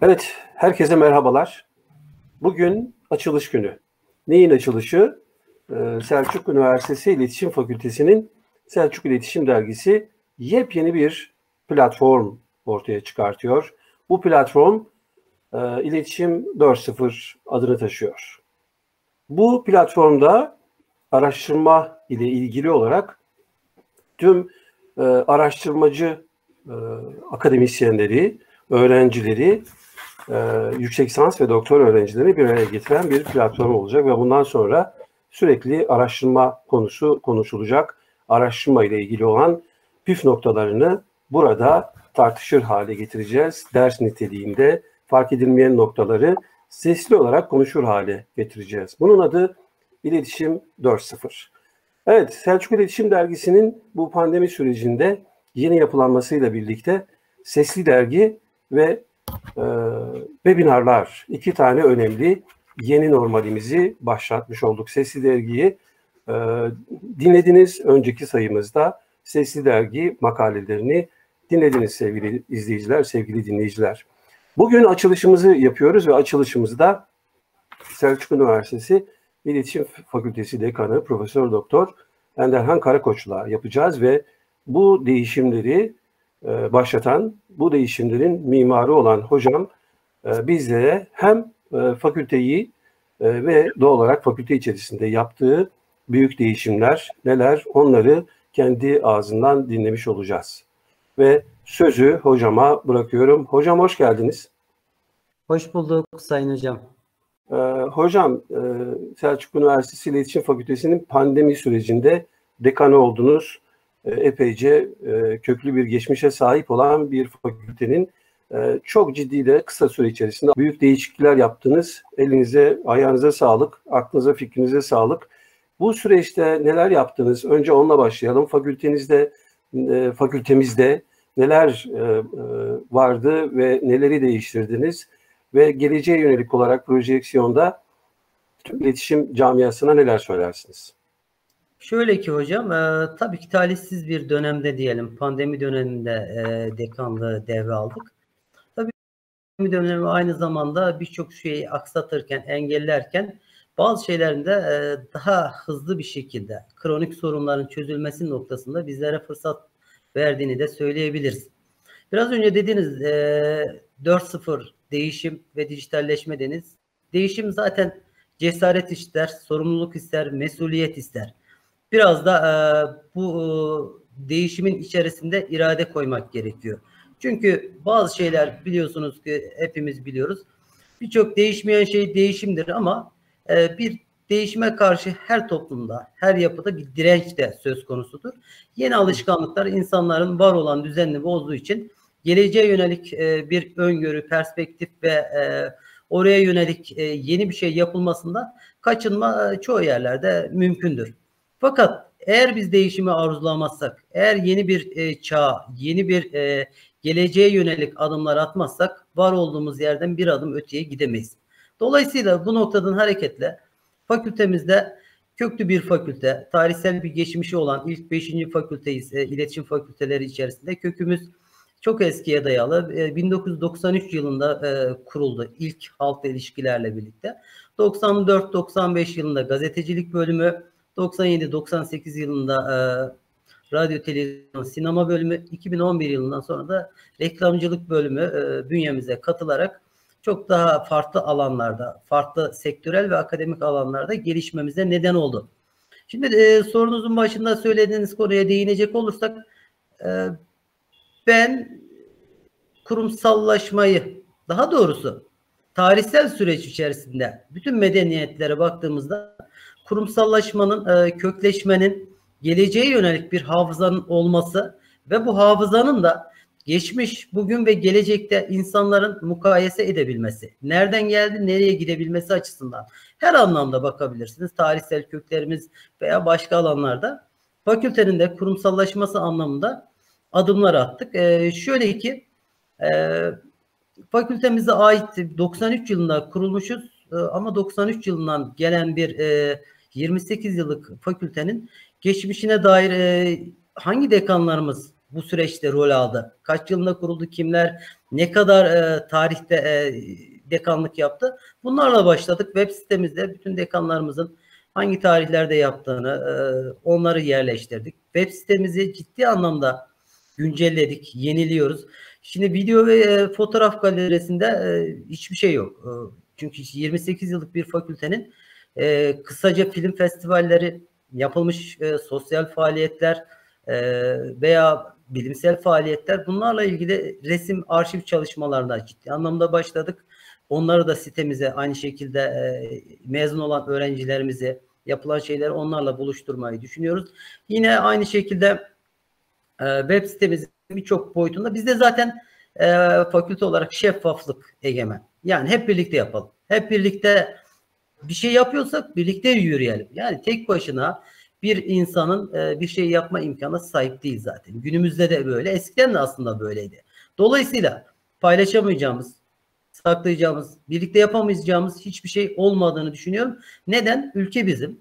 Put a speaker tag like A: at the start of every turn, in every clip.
A: Evet, herkese merhabalar. Bugün açılış günü. Neyin açılışı? Selçuk Üniversitesi İletişim Fakültesi'nin Selçuk İletişim Dergisi yepyeni bir platform ortaya çıkartıyor. Bu platform İletişim 4.0 adını taşıyor. Bu platformda araştırma ile ilgili olarak tüm araştırmacı akademisyenleri, öğrencileri, yüksek lisans ve doktor öğrencilerini bir araya getiren bir platform olacak ve bundan sonra sürekli araştırma konusu konuşulacak. Araştırma ile ilgili olan püf noktalarını burada tartışır hale getireceğiz. Ders niteliğinde fark edilmeyen noktaları sesli olarak konuşur hale getireceğiz. Bunun adı İletişim 4.0. Evet, Selçuk İletişim Dergisi'nin bu pandemi sürecinde yeni yapılanmasıyla birlikte sesli dergi ve webinarlar, 2 tane önemli yeni normalimizi başlatmış olduk. Sesli dergiyi dinlediniz önceki sayımızda. Sesli dergi makalelerini dinlediniz sevgili izleyiciler, sevgili dinleyiciler. Bugün açılışımızı yapıyoruz ve açılışımızda Selçuk Üniversitesi İletişim Fakültesi Dekanı Profesör Doktor Enderhan Karakoç'la yapacağız ve bu değişimleri başlatan, bu değişimlerin mimarı olan hocam bizlere hem fakülteyi ve doğal olarak fakülte içerisinde yaptığı büyük değişimler neler onları kendi ağzından dinlemiş olacağız. Ve sözü hocama bırakıyorum. Hocam hoş geldiniz.
B: Hoş bulduk Sayın Hocam.
A: Hocam Selçuk Üniversitesi İletişim Fakültesi'nin pandemi sürecinde dekanı oldunuz. Epeyce köklü bir geçmişe sahip olan bir fakültenin çok ciddi de kısa süre içerisinde büyük değişiklikler yaptınız. Elinize, ayağınıza sağlık, aklınıza, fikrinize sağlık. Bu süreçte neler yaptınız? Önce onunla başlayalım. Fakültemizde neler vardı ve neleri değiştirdiniz? Ve geleceğe yönelik olarak projeksiyonda tüm iletişim camiasına neler söylersiniz?
B: Şöyle ki hocam, tabii ki talihsiz bir dönemde diyelim, pandemi döneminde dekanlığı devraldık. Tabii pandemi dönemi aynı zamanda birçok şeyi aksatırken, engellerken bazı şeylerin de daha hızlı bir şekilde kronik sorunların çözülmesi noktasında bizlere fırsat verdiğini de söyleyebiliriz. Biraz önce dediğiniz 4.0 değişim ve dijitalleşme deniz. Değişim zaten cesaret ister, sorumluluk ister, mesuliyet ister. Biraz da bu değişimin içerisinde irade koymak gerekiyor. Çünkü bazı şeyler biliyorsunuz ki hepimiz biliyoruz. Birçok değişmeyen şey değişimdir ama bir değişime karşı her toplumda, her yapıda bir direnç de söz konusudur. Yeni alışkanlıklar insanların var olan düzenini bozduğu için geleceğe yönelik bir öngörü, perspektif ve oraya yönelik yeni bir şey yapılmasında kaçınma çoğu yerlerde mümkündür. Fakat eğer biz değişimi arzulamazsak, eğer yeni bir çağ, yeni bir geleceğe yönelik adımlar atmazsak var olduğumuz yerden bir adım öteye gidemeyiz. Dolayısıyla bu noktadan hareketle fakültemizde köklü bir fakülte, tarihsel bir geçmişi olan ilk 5. fakülteyiz, iletişim fakülteleri içerisinde. Kökümüz çok eskiye dayalı. 1993 yılında kuruldu ilk halkla ilişkilerle birlikte. 94-95 yılında gazetecilik bölümü, 97-98 yılında radyo, televizyon, sinema bölümü, 2011 yılından sonra da reklamcılık bölümü bünyemize katılarak çok daha farklı alanlarda, farklı sektörel ve akademik alanlarda gelişmemize neden oldu. Şimdi sorunuzun başında söylediğiniz konuya değinecek olursak ben kurumsallaşmayı, daha doğrusu tarihsel süreç içerisinde bütün medeniyetlere baktığımızda kurumsallaşmanın, kökleşmenin, geleceğe yönelik bir hafızanın olması ve bu hafızanın da geçmiş, bugün ve gelecekte insanların mukayese edebilmesi, nereden geldi, nereye gidebilmesi açısından her anlamda bakabilirsiniz. Tarihsel köklerimiz veya başka alanlarda fakültenin de kurumsallaşması anlamında adımlar attık. Şöyle ki fakültemize ait 93 yılında kurulmuşuz ama 93 yılından gelen bir 28 yıllık fakültenin geçmişine dair hangi dekanlarımız bu süreçte rol aldı? Kaç yılında kuruldu? Kimler ne kadar tarihte dekanlık yaptı? Bunlarla başladık. Web sitemizde bütün dekanlarımızın hangi tarihlerde yaptığını onları yerleştirdik. Web sitemizi ciddi anlamda güncelledik, yeniliyoruz. Şimdi video ve fotoğraf galerisinde hiçbir şey yok. Çünkü 28 yıllık bir fakültenin kısaca film festivalleri, yapılmış sosyal faaliyetler veya bilimsel faaliyetler, bunlarla ilgili resim arşiv çalışmalarına ciddi anlamda başladık. Onları da sitemize aynı şekilde mezun olan öğrencilerimizi yapılan şeyleri onlarla buluşturmayı düşünüyoruz. Yine aynı şekilde web sitemizin birçok boyutunda bizde zaten fakülte olarak şeffaflık egemen. Yani hep birlikte yapalım. Hep birlikte bir şey yapıyorsak birlikte yürüyelim. Yani tek başına bir insanın bir şey yapma imkanına sahip değil zaten. Günümüzde de böyle. Eskiden de aslında böyleydi. Dolayısıyla paylaşamayacağımız, saklayacağımız, birlikte yapamayacağımız hiçbir şey olmadığını düşünüyorum. Neden? Ülke bizim.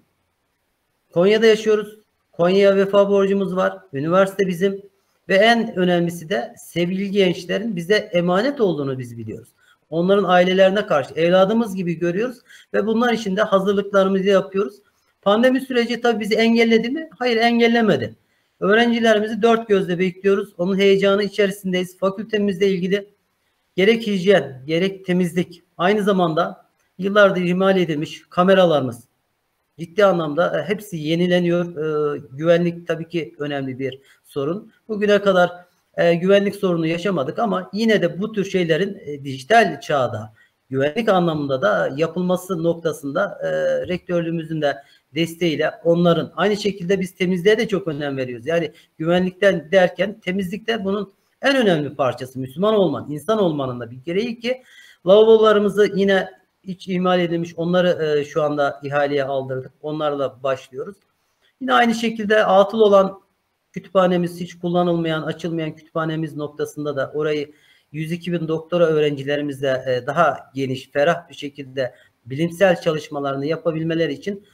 B: Konya'da yaşıyoruz. Konya'ya vefa borcumuz var. Üniversite bizim. Ve en önemlisi de sevgili gençlerin bize emanet olduğunu biz biliyoruz. Onların ailelerine karşı evladımız gibi görüyoruz ve bunlar için de hazırlıklarımızı yapıyoruz. Pandemi süreci tabii bizi engelledi mi? Hayır, engellemedi. Öğrencilerimizi dört gözle bekliyoruz. Onun heyecanı içerisindeyiz. Fakültemizle ilgili gerek hijyen, gerek temizlik, aynı zamanda yıllardır ihmal edilmiş kameralarımız ciddi anlamda hepsi yenileniyor. Güvenlik tabii ki önemli bir sorun. Bugüne kadar güvenlik sorunu yaşamadık ama yine de bu tür şeylerin dijital çağda güvenlik anlamında da yapılması noktasında rektörlüğümüzün de desteğiyle onların, aynı şekilde biz temizliğe de çok önem veriyoruz. Yani güvenlikten derken temizlikte bunun en önemli parçası. Müslüman olman, insan olmanın da bir gereği ki lavabolarımızı yine hiç ihmal edilmiş. Onları şu anda ihaleye aldırdık. Onlarla başlıyoruz. Yine aynı şekilde atıl olan kütüphanemiz, hiç kullanılmayan, açılmayan kütüphanemiz noktasında da orayı 102 bin doktora öğrencilerimizle daha geniş, ferah bir şekilde bilimsel çalışmalarını yapabilmeleri için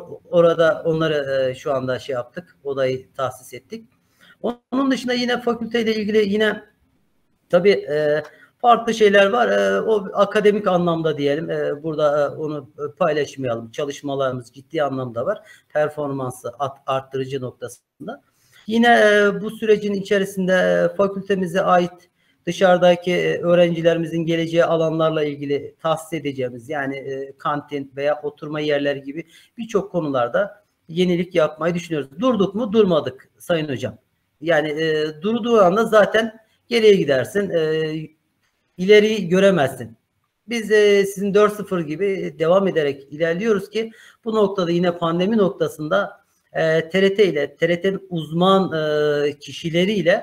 B: orada onları şu anda şey yaptık. Odayı tahsis ettik. Onun dışında yine fakülteyle ilgili yine tabii farklı şeyler var. O akademik anlamda diyelim. Burada onu paylaşmayalım. Çalışmalarımız ciddi anlamda var. Performansı arttırıcı noktasında. Yine bu sürecin içerisinde fakültemize ait dışarıdaki öğrencilerimizin geleceği alanlarla ilgili tahsis edeceğimiz, yani kantin veya oturma yerleri gibi birçok konularda yenilik yapmayı düşünüyoruz. Durduk mu? Durmadık Sayın Hocam. Yani durduğu anda zaten geriye gidersin. İleriyi göremezsin. Biz sizin 4.0 gibi devam ederek ilerliyoruz ki bu noktada yine pandemi noktasında TRT ile, TRT'nin uzman kişileriyle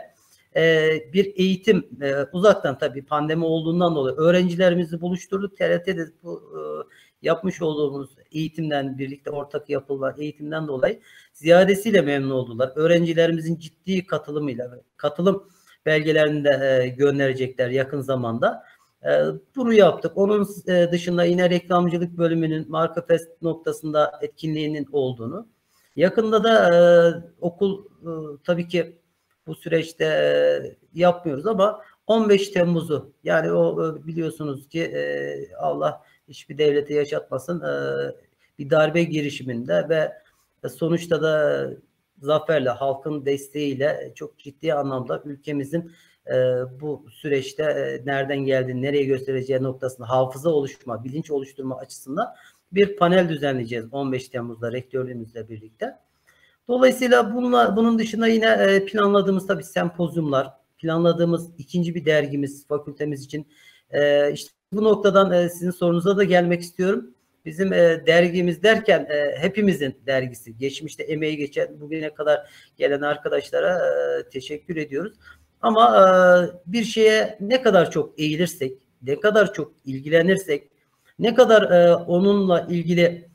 B: bir eğitim uzaktan, tabii pandemi olduğundan dolayı öğrencilerimizi buluşturduk. TRT'de bu yapmış olduğumuz eğitimden, birlikte ortak yapılan eğitimden dolayı ziyadesiyle memnun oldular. Öğrencilerimizin ciddi katılımıyla, katılım belgelerini de gönderecekler yakın zamanda. Bunu yaptık. Onun dışında yine reklamcılık bölümünün Marka Fest noktasında etkinliğinin olduğunu. Yakında da okul tabii ki bu süreçte yapmıyoruz ama 15 Temmuz'u, yani o biliyorsunuz ki Allah hiçbir devlete yaşatmasın, bir darbe girişiminde ve sonuçta da zaferle, halkın desteğiyle çok ciddi anlamda ülkemizin bu süreçte nereden geldiğini, nereye göstereceği noktasında hafıza oluşturma, bilinç oluşturma açısından bir panel düzenleyeceğiz 15 Temmuz'da rektörlüğümüzle birlikte. Dolayısıyla bunun dışında yine planladığımız tabii sempozyumlar, planladığımız ikinci bir dergimiz fakültemiz için. İşte bu noktadan sizin sorunuza da gelmek istiyorum. Bizim dergimiz derken hepimizin dergisi. Geçmişte emeği geçen, bugüne kadar gelen arkadaşlara teşekkür ediyoruz. Ama bir şeye ne kadar çok eğilirsek, ne kadar çok ilgilenirsek, ne kadar onunla ilgili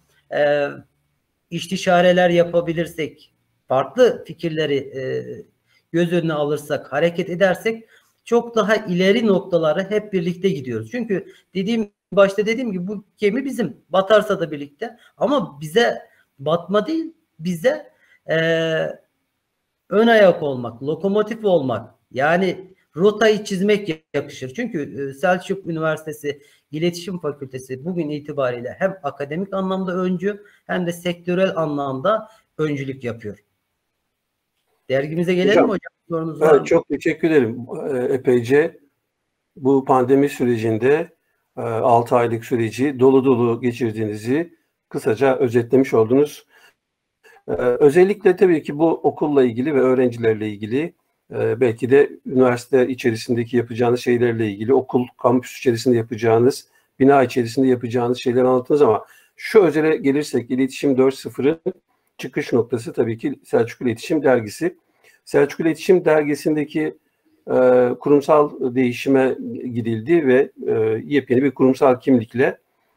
B: istişareler yapabilirsek, farklı fikirleri göz önüne alırsak, hareket edersek çok daha ileri noktalara hep birlikte gidiyoruz. Çünkü başta dediğim gibi bu gemi bizim. Batarsa da birlikte. Ama bize batma değil, bize ön ayak olmak, lokomotif olmak, yani rotayı çizmek yakışır. Çünkü Selçuk Üniversitesi İletişim Fakültesi bugün itibariyle hem akademik anlamda öncü hem de sektörel anlamda öncülük yapıyor. Dergimize gelelim mi
A: Hocam,
B: hocam? Sorunuz var
A: evet,
B: mı?
A: çok teşekkür ederim. Epeyce bu pandemi sürecinde 6 aylık süreci dolu dolu geçirdiğinizi kısaca özetlemiş oldunuz. Özellikle tabii ki bu okulla ilgili ve öğrencilerle ilgili belki de üniversite içerisindeki yapacağınız şeylerle ilgili okul, kampüs içerisinde yapacağınız, bina içerisinde yapacağınız şeyleri anlattınız ama şu özele gelirsek İletişim 4.0'ın çıkış noktası tabii ki Selçuk İletişim Dergisi. Selçuk İletişim Dergisi'ndeki kurumsal değişime gidildi ve yepyeni bir kurumsal kimlikle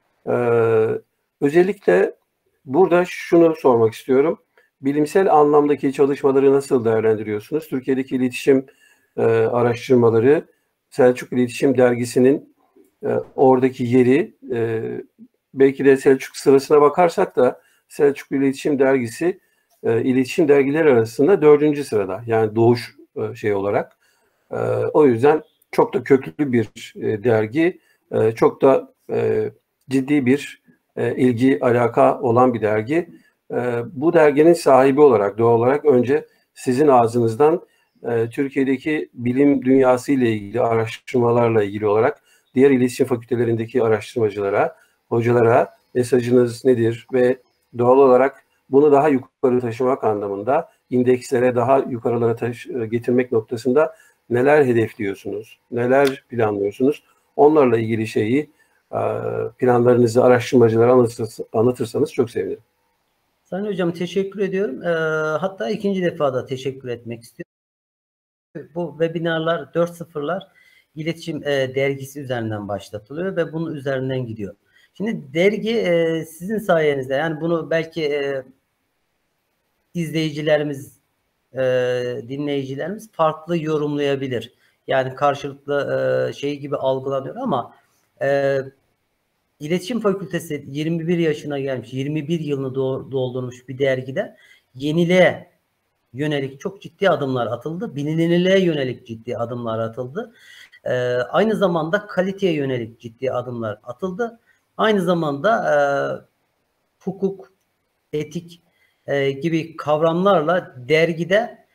A: özellikle burada şunu sormak istiyorum. Bilimsel anlamdaki çalışmaları nasıl değerlendiriyorsunuz? Türkiye'deki iletişim araştırmaları, Selçuk İletişim Dergisi'nin oradaki yeri, belki de Selçuk sırasına bakarsak da Selçuk İletişim Dergisi iletişim dergileri arasında 4. sırada. Yani doğuş şey olarak. O yüzden çok da köklü bir dergi, çok da ciddi bir ilgi, alaka olan bir dergi. Bu derginin sahibi olarak, doğal olarak önce sizin ağzınızdan Türkiye'deki bilim dünyası ile ilgili araştırmalarla ilgili olarak diğer iletişim fakültelerindeki araştırmacılara, hocalara mesajınız nedir ve doğal olarak bunu daha yukarı taşımak anlamında indekslere daha yukarılara getirmek noktasında neler hedefliyorsunuz, neler planlıyorsunuz? Onlarla ilgili şeyi, planlarınızı araştırmacılara anlatırsanız çok sevinirim.
B: Sayın hocam teşekkür ediyorum. Hatta ikinci defa da teşekkür etmek istiyorum. Bu webinarlar 4.0'lar iletişim dergisi üzerinden başlatılıyor ve bunun üzerinden gidiyor. Şimdi dergi sizin sayenizde, yani bunu belki izleyicilerimiz, dinleyicilerimiz farklı yorumlayabilir. Yani karşılıklı şey gibi algılanıyor ama İletişim Fakültesi 21 yaşına gelmiş, 21 yılını doldurmuş bir dergide yeniliğe yönelik çok ciddi adımlar atıldı. Bilinirliğe yönelik ciddi adımlar atıldı. Aynı zamanda kaliteye yönelik ciddi adımlar atıldı. Aynı zamanda hukuk, etik gibi kavramlarla dergide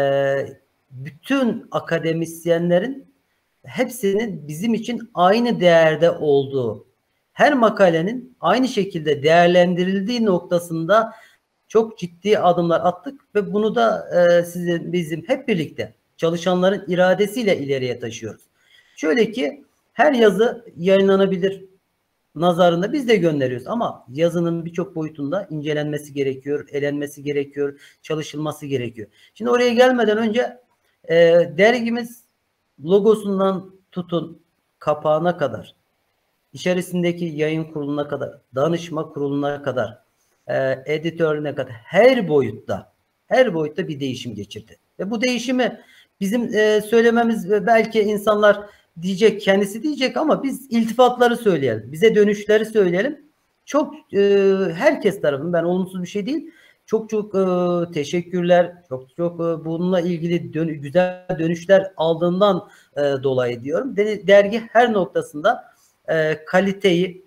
B: bütün akademisyenlerin hepsinin bizim için aynı değerde olduğu, her makalenin aynı şekilde değerlendirildiği noktasında çok ciddi adımlar attık ve bunu da bizim hep birlikte çalışanların iradesiyle ileriye taşıyoruz. Şöyle ki her yazı yayınlanabilir nazarında biz de gönderiyoruz ama yazının birçok boyutunda incelenmesi gerekiyor, elenmesi gerekiyor, çalışılması gerekiyor. Şimdi oraya gelmeden önce dergimiz logosundan tutun kapağına kadar, içerisindeki yayın kuruluna kadar, danışma kuruluna kadar, editörüne kadar her boyutta bir değişim geçirdi. Ve bu değişimi bizim söylememiz belki insanlar diyecek, kendisi diyecek ama biz iltifatları söyleyelim. Bize dönüşleri söyleyelim. Çok herkes tarafından, ben olumsuz bir şey değil, çok teşekkürler, çok bununla ilgili güzel dönüşler aldığından dolayı diyorum. Dergi her noktasında kaliteyi,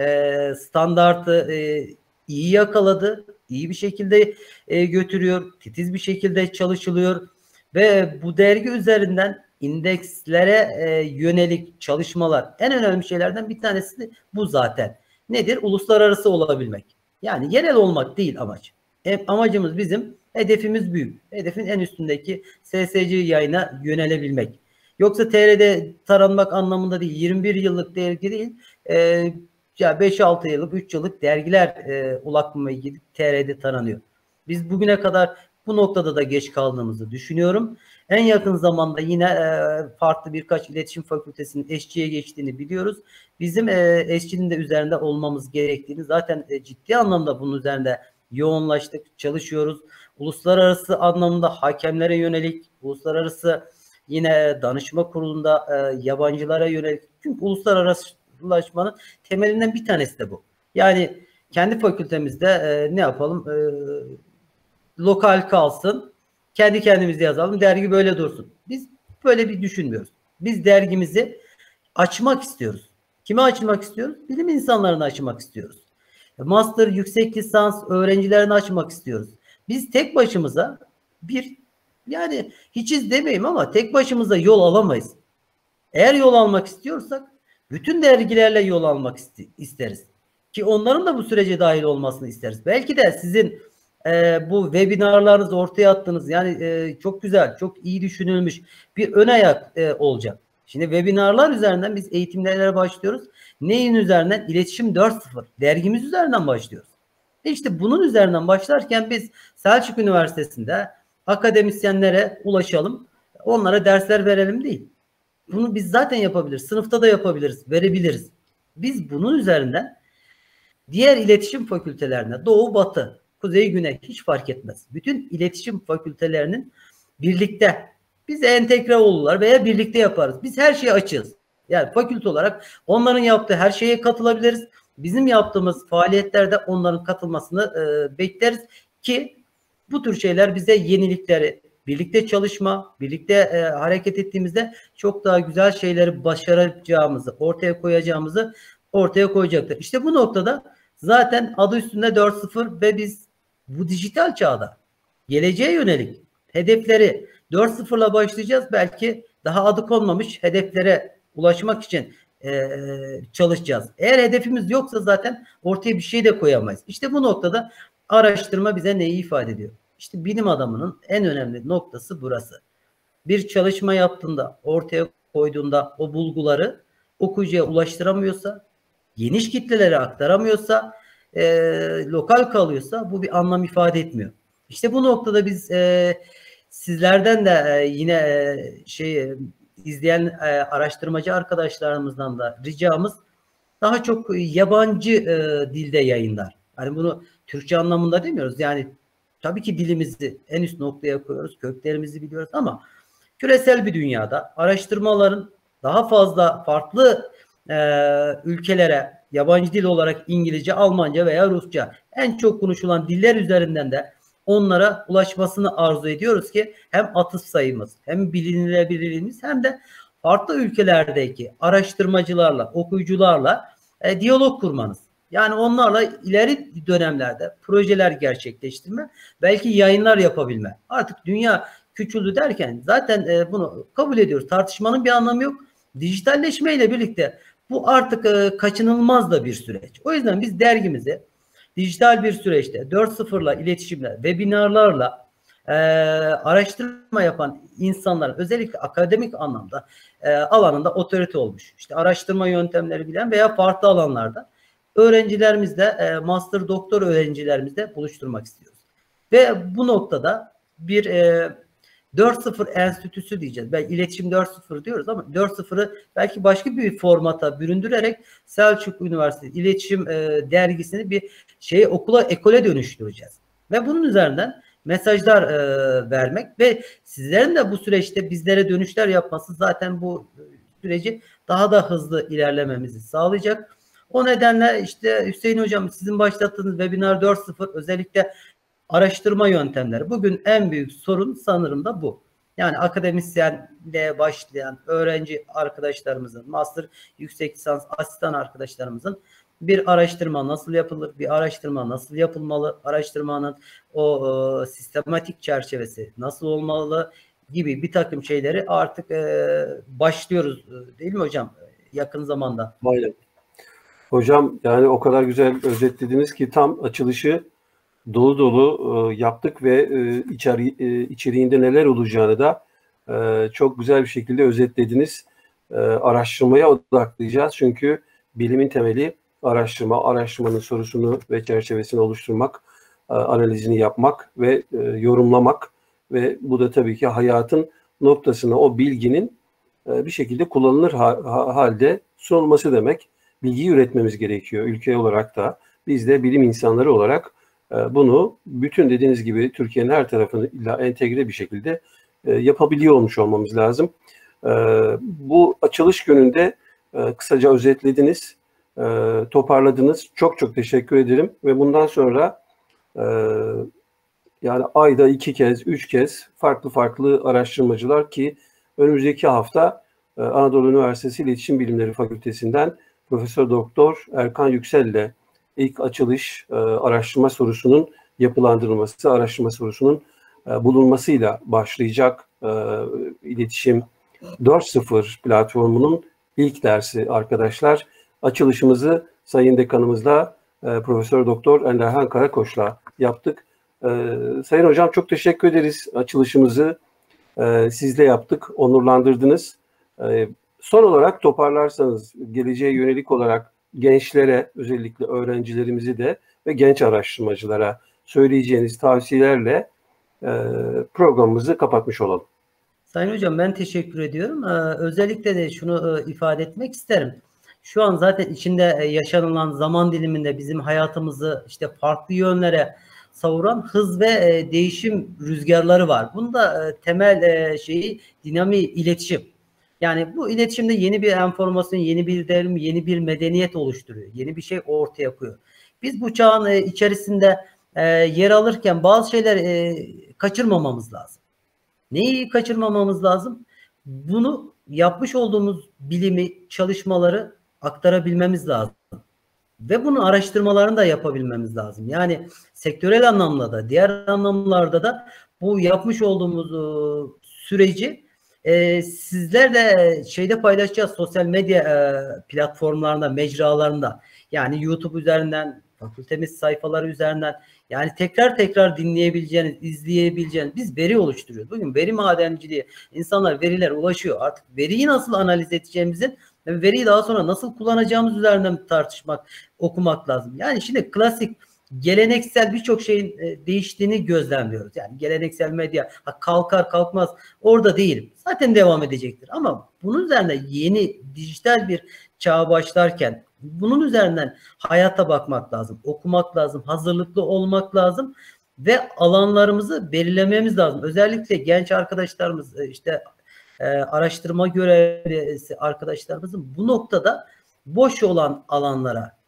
B: standartı iyi yakaladı, iyi bir şekilde götürüyor, titiz bir şekilde çalışılıyor ve bu dergi üzerinden indekslere yönelik çalışmalar, en önemli şeylerden bir tanesi bu zaten. Nedir? Uluslararası olabilmek. Yani yerel olmak değil amaç. Amacımız bizim, hedefimiz büyük. Hedefin en üstündeki SSC yayına yönelebilmek. Yoksa TR'de taranmak anlamında değil. 21 yıllık dergi değil. Ya 5-6 yıllık, 3 yıllık dergiler ulakmaya gidip TR'de taranıyor. Biz bugüne kadar bu noktada da geç kaldığımızı düşünüyorum. En yakın zamanda yine farklı birkaç iletişim fakültesinin eşçiye geçtiğini biliyoruz. Bizim eşçinin de üzerinde olmamız gerektiğini, zaten ciddi anlamda bunun üzerinde yoğunlaştık, çalışıyoruz. Uluslararası anlamda hakemlere yönelik, uluslararası yine danışma kurulunda yabancılara yönelik. Çünkü uluslararasılaşmanın temelinden bir tanesi de bu. Yani kendi fakültemizde ne yapalım? Lokal kalsın. kendi kendimize yazalım, dergi böyle dursun. Biz böyle bir düşünmüyoruz. Biz dergimizi açmak istiyoruz. Kime açmak istiyoruz? Bilim insanlarına açmak istiyoruz. Master, yüksek lisans öğrencilerini açmak istiyoruz. Biz tek başımıza bir, yani hiçiz demeyeyim ama tek başımıza yol alamayız. Eğer yol almak istiyorsak bütün dergilerle yol almak isteriz. Ki onların da bu sürece dahil olmasını isteriz. Belki de sizin bu webinarlarınızı ortaya attığınız, yani çok güzel, çok iyi düşünülmüş bir ön ayak olacak. Şimdi webinarlar üzerinden biz eğitimlere başlıyoruz. Neyin üzerinden? İletişim 4.0. Dergimiz üzerinden başlıyoruz. İşte bunun üzerinden başlarken biz Selçuk Üniversitesi'nde akademisyenlere ulaşalım, onlara dersler verelim değil. Bunu biz zaten yapabiliriz. Sınıfta da yapabiliriz, verebiliriz. Biz bunun üzerinden diğer iletişim fakültelerine, doğu, batı, kuzey, güney hiç fark etmez. Bütün iletişim fakültelerinin birlikte bize entegre olurlar veya birlikte yaparız. Biz her şeye açığız. Yani fakülte olarak onların yaptığı her şeye katılabiliriz. Bizim yaptığımız faaliyetlerde onların katılmasını bekleriz ki bu tür şeyler bize yenilikleri, birlikte çalışma, birlikte hareket ettiğimizde çok daha güzel şeyleri başaracağımızı, ortaya koyacaktır. İşte bu noktada zaten adı üstünde 4.0 ve biz bu dijital çağda geleceğe yönelik hedefleri 4.0'la başlayacağız. Belki daha adı konmamış hedeflere ulaşmak için çalışacağız. Eğer hedefimiz yoksa zaten ortaya bir şey de koyamayız. İşte bu noktada araştırma bize neyi ifade ediyor? İşte bilim adamının en önemli noktası burası. Bir çalışma yaptığında, ortaya koyduğunda o bulguları okuyucuya ulaştıramıyorsa, geniş kitlelere aktaramıyorsa, lokal kalıyorsa bu bir anlam ifade etmiyor. İşte bu noktada biz sizlerden de yine izleyen araştırmacı arkadaşlarımızdan da ricamız daha çok yabancı dilde yayınlar. Hani bunu Türkçe anlamında demiyoruz. Yani tabii ki dilimizi en üst noktaya koyuyoruz. Köklerimizi biliyoruz ama küresel bir dünyada araştırmaların daha fazla farklı ülkelere yabancı dil olarak İngilizce, Almanca veya Rusça en çok konuşulan diller üzerinden de onlara ulaşmasını arzu ediyoruz ki hem atıf sayımız hem bilinilebilirliğimiz hem de farklı ülkelerdeki araştırmacılarla, okuyucularla diyalog kurmanız. Yani onlarla ileri dönemlerde projeler gerçekleştirme, belki yayınlar yapabilme. Artık dünya küçüldü derken zaten bunu kabul ediyoruz. Tartışmanın bir anlamı yok. Dijitalleşmeyle birlikte bu artık kaçınılmaz da bir süreç. O yüzden biz dergimizi dijital bir süreçte 4.0'la iletişimle, webinarlarla araştırma yapan insanlar, özellikle akademik anlamda alanında otorite olmuş, işte araştırma yöntemleri bilen veya farklı alanlarda öğrencilerimizle, master doktor öğrencilerimizle buluşturmak istiyoruz. Ve bu noktada bir 4.0 enstitüsü diyeceğiz. Belki iletişim 4.0 diyoruz ama 4.0'ı belki başka bir formata büründürerek Selçuk Üniversitesi İletişim Dergisi'ni bir ekole dönüştüreceğiz. Ve bunun üzerinden mesajlar vermek ve sizlerin de bu süreçte bizlere dönüşler yapması zaten bu süreci daha da hızlı ilerlememizi sağlayacak. O nedenle işte Hüseyin Hocam, sizin başlattığınız Webinar 4.0 özellikle araştırma yöntemleri. Bugün en büyük sorun sanırım da bu. Yani akademisyenle başlayan öğrenci arkadaşlarımızın, master, yüksek lisans, asistan arkadaşlarımızın bir araştırma nasıl yapılır, bir araştırma nasıl yapılmalı, araştırmanın o sistematik çerçevesi nasıl olmalı gibi bir takım şeyleri artık başlıyoruz değil mi hocam? Yakın zamanda.
A: Aynen. Hocam yani o kadar güzel özetlediniz ki tam açılışı dolu dolu yaptık ve içeriğinde neler olacağını da çok güzel bir şekilde özetlediniz. Araştırmaya odaklayacağız çünkü bilimin temeli araştırma, araştırmanın sorusunu ve çerçevesini oluşturmak, analizini yapmak ve yorumlamak ve bu da tabii ki hayatın noktasına o bilginin bir şekilde kullanılır halde sunulması demek. Bilgiyi üretmemiz gerekiyor ülke olarak da. Biz de bilim insanları olarak bunu bütün dediğiniz gibi Türkiye'nin her tarafıyla entegre bir şekilde yapabiliyor olmuş olmamız lazım. Bu açılış gününde kısaca özetlediniz, toparladınız. Çok çok teşekkür ederim ve bundan sonra Yani ayda 2 kez, 3 kez farklı farklı araştırmacılar ki önümüzdeki hafta Anadolu Üniversitesi İletişim Bilimleri Fakültesinden Profesör Doktor Erkan Yüksel ile ilk açılış araştırma sorusunun yapılandırılması, araştırma sorusunun bulunmasıyla başlayacak iletişim 4.0 platformunun ilk dersi arkadaşlar. Açılışımızı Sayın Dekanımızla Profesör Doktor Enderhan Karakoç'la yaptık. Sayın Hocam çok teşekkür ederiz. Açılışımızı sizle yaptık, onurlandırdınız. Son olarak toparlarsanız geleceğe yönelik olarak gençlere, özellikle öğrencilerimizi de ve genç araştırmacılara söyleyeceğiniz tavsiyelerle programımızı kapatmış olalım.
B: Sayın Hocam ben teşekkür ediyorum. Özellikle de şunu ifade etmek isterim. Şu an zaten içinde yaşanılan zaman diliminde bizim hayatımızı işte farklı yönlere savuran hız ve değişim rüzgarları var. Bunda temel şeyi dinamik iletişim. Yani bu iletişimde yeni bir enformasyon, yeni bir devrim, yeni bir medeniyet oluşturuyor. Yeni bir şey ortaya koyuyor. Biz bu çağın içerisinde yer alırken bazı şeyler kaçırmamamız lazım. Neyi kaçırmamamız lazım? Bunu yapmış olduğumuz bilimi, çalışmaları aktarabilmemiz lazım. Ve bunun araştırmalarını da yapabilmemiz lazım. Yani sektörel anlamda da, diğer anlamlarda da bu yapmış olduğumuz süreci sizlerle şeyde paylaşacağız. Sosyal medya platformlarında, mecralarında. Yani YouTube üzerinden, fakültemiz sayfaları üzerinden. Yani tekrar tekrar dinleyebileceğiniz, izleyebileceğiniz biz veri oluşturuyoruz. Bugün veri madenciliği, insanlar verilere ulaşıyor. Artık veriyi nasıl analiz edeceğimizin ve veriyi daha sonra nasıl kullanacağımız üzerinden tartışmak, okumak lazım. Yani şimdi klasik, geleneksel birçok şeyin değiştiğini gözlemliyoruz. Yani geleneksel medya kalkar kalkmaz orada değil. Zaten devam edecektir. Ama bunun üzerine yeni dijital bir çağa başlarken bunun üzerinden hayata bakmak lazım. Okumak lazım. Hazırlıklı olmak lazım. Ve alanlarımızı belirlememiz lazım. Özellikle genç arkadaşlarımız işte araştırma görevlisi arkadaşlarımızın bu noktada boş olan alanlara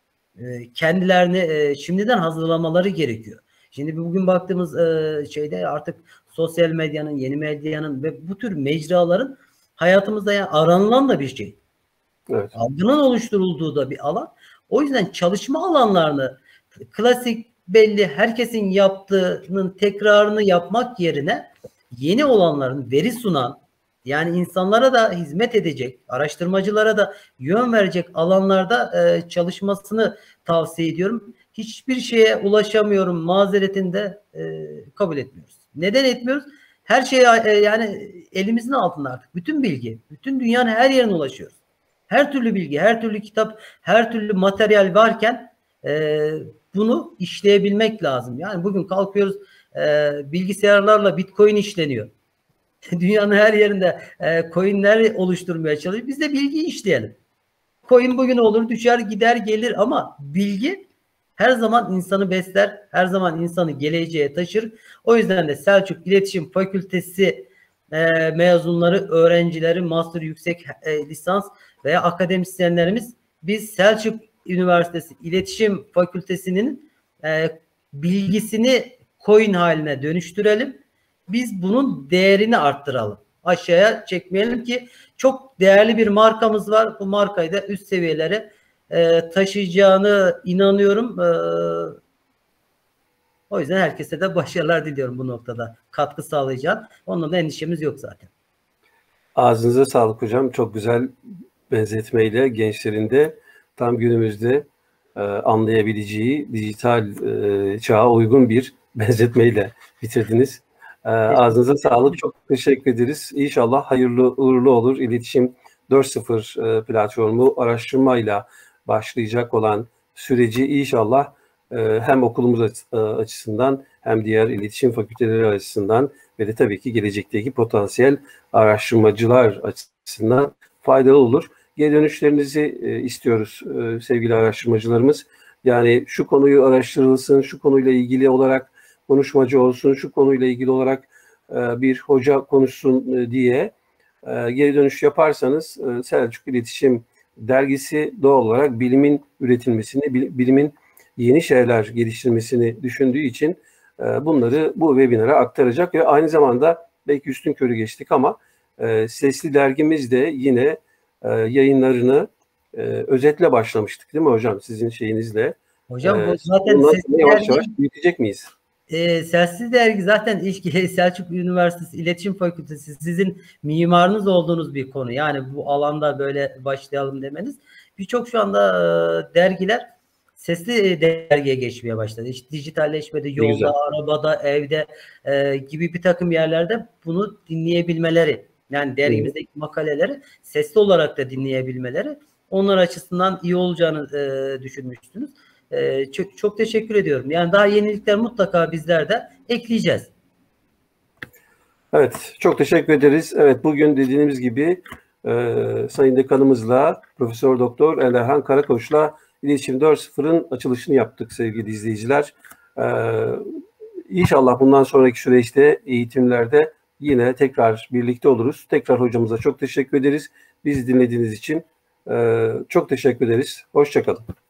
B: kendilerini şimdiden hazırlamaları gerekiyor. Şimdi bugün baktığımız şeyde artık sosyal medyanın, yeni medyanın ve bu tür mecraların hayatımızda yani aranılan da bir şey.
A: Evet.
B: Algının oluşturulduğu da bir alan. O yüzden çalışma alanlarını klasik belli herkesin yaptığının tekrarını yapmak yerine yeni olanların veri sunan yani insanlara da hizmet edecek, araştırmacılara da yön verecek alanlarda çalışmasını tavsiye ediyorum. Hiçbir şeye ulaşamıyorum mazeretini de kabul etmiyoruz. Neden etmiyoruz? Her şey yani elimizin altında artık. Bütün bilgi, bütün dünyanın her yerine ulaşıyoruz. Her türlü bilgi, her türlü kitap, her türlü materyal varken bunu işleyebilmek lazım. Yani bugün kalkıyoruz bilgisayarlarla Bitcoin işleniyor. Dünyanın her yerinde coinler oluşturmaya çalışıyor. Biz de bilgiyi işleyelim. Coin bugün olur, düşer, gider, gelir ama bilgi her zaman insanı besler, her zaman insanı geleceğe taşır. O yüzden de Selçuk İletişim Fakültesi mezunları, öğrencileri, master, yüksek lisans veya akademisyenlerimiz biz Selçuk Üniversitesi İletişim Fakültesinin bilgisini coin haline dönüştürelim. Biz bunun değerini arttıralım. Aşağıya çekmeyelim ki çok değerli bir markamız var. Bu markayı da üst seviyelere taşıyacağını inanıyorum. O yüzden herkese de başarılar diliyorum bu noktada. Katkı sağlayacağım. Ondan da endişemiz yok zaten.
A: Ağzınıza sağlık hocam. Çok güzel benzetmeyle gençlerin de tam günümüzde anlayabileceği dijital çağa uygun bir benzetmeyle bitirdiniz. Ağzınıza sağlık. Çok teşekkür ederiz. İnşallah hayırlı uğurlu olur. İletişim 4.0 platformu araştırmayla başlayacak olan süreci inşallah hem okulumuz açısından hem diğer iletişim fakülteleri açısından ve de tabii ki gelecekteki potansiyel araştırmacılar açısından faydalı olur. Geri dönüşlerinizi istiyoruz sevgili araştırmacılarımız. Yani şu konuyu araştırılsın, şu konuyla ilgili olarak konuşmacı olsun, şu konuyla ilgili olarak bir hoca konuşsun diye geri dönüş yaparsanız Selçuk İletişim Dergisi doğal olarak bilimin üretilmesini, bilimin yeni şeyler geliştirmesini düşündüğü için bunları bu webinara aktaracak ve aynı zamanda belki üstünkörü geçtik ama Sesli Dergimiz de yine yayınlarını özetle başlamıştık değil mi hocam sizin şeyinizle?
B: Hocam bu zaten
A: yavaş yavaş büyütecek miyiz?
B: Sesli Dergi zaten ilk Selçuk Üniversitesi İletişim Fakültesi sizin mimarınız olduğunuz bir konu. Yani bu alanda böyle başlayalım demeniz. Birçok şu anda dergiler sesli dergiye geçmeye başladı. İşte dijitalleşmede, yolda, arabada, evde gibi bir takım yerlerde bunu dinleyebilmeleri, yani dergimizdeki makaleleri sesli olarak da dinleyebilmeleri onlar açısından iyi olacağını düşünmüştünüz. Çok teşekkür ediyorum. Yani daha yenilikler mutlaka bizler de ekleyeceğiz.
A: Evet, çok teşekkür ederiz. Evet, bugün dediğimiz gibi Sayın Dekanımızla Profesör Doktor Erhan Karakoç'la İletişim 4.0'ın açılışını yaptık sevgili izleyiciler. İnşallah bundan sonraki süreçte eğitimlerde yine tekrar birlikte oluruz. Tekrar hocamıza çok teşekkür ederiz. Bizi dinlediğiniz için çok teşekkür ederiz. Hoşça kalın.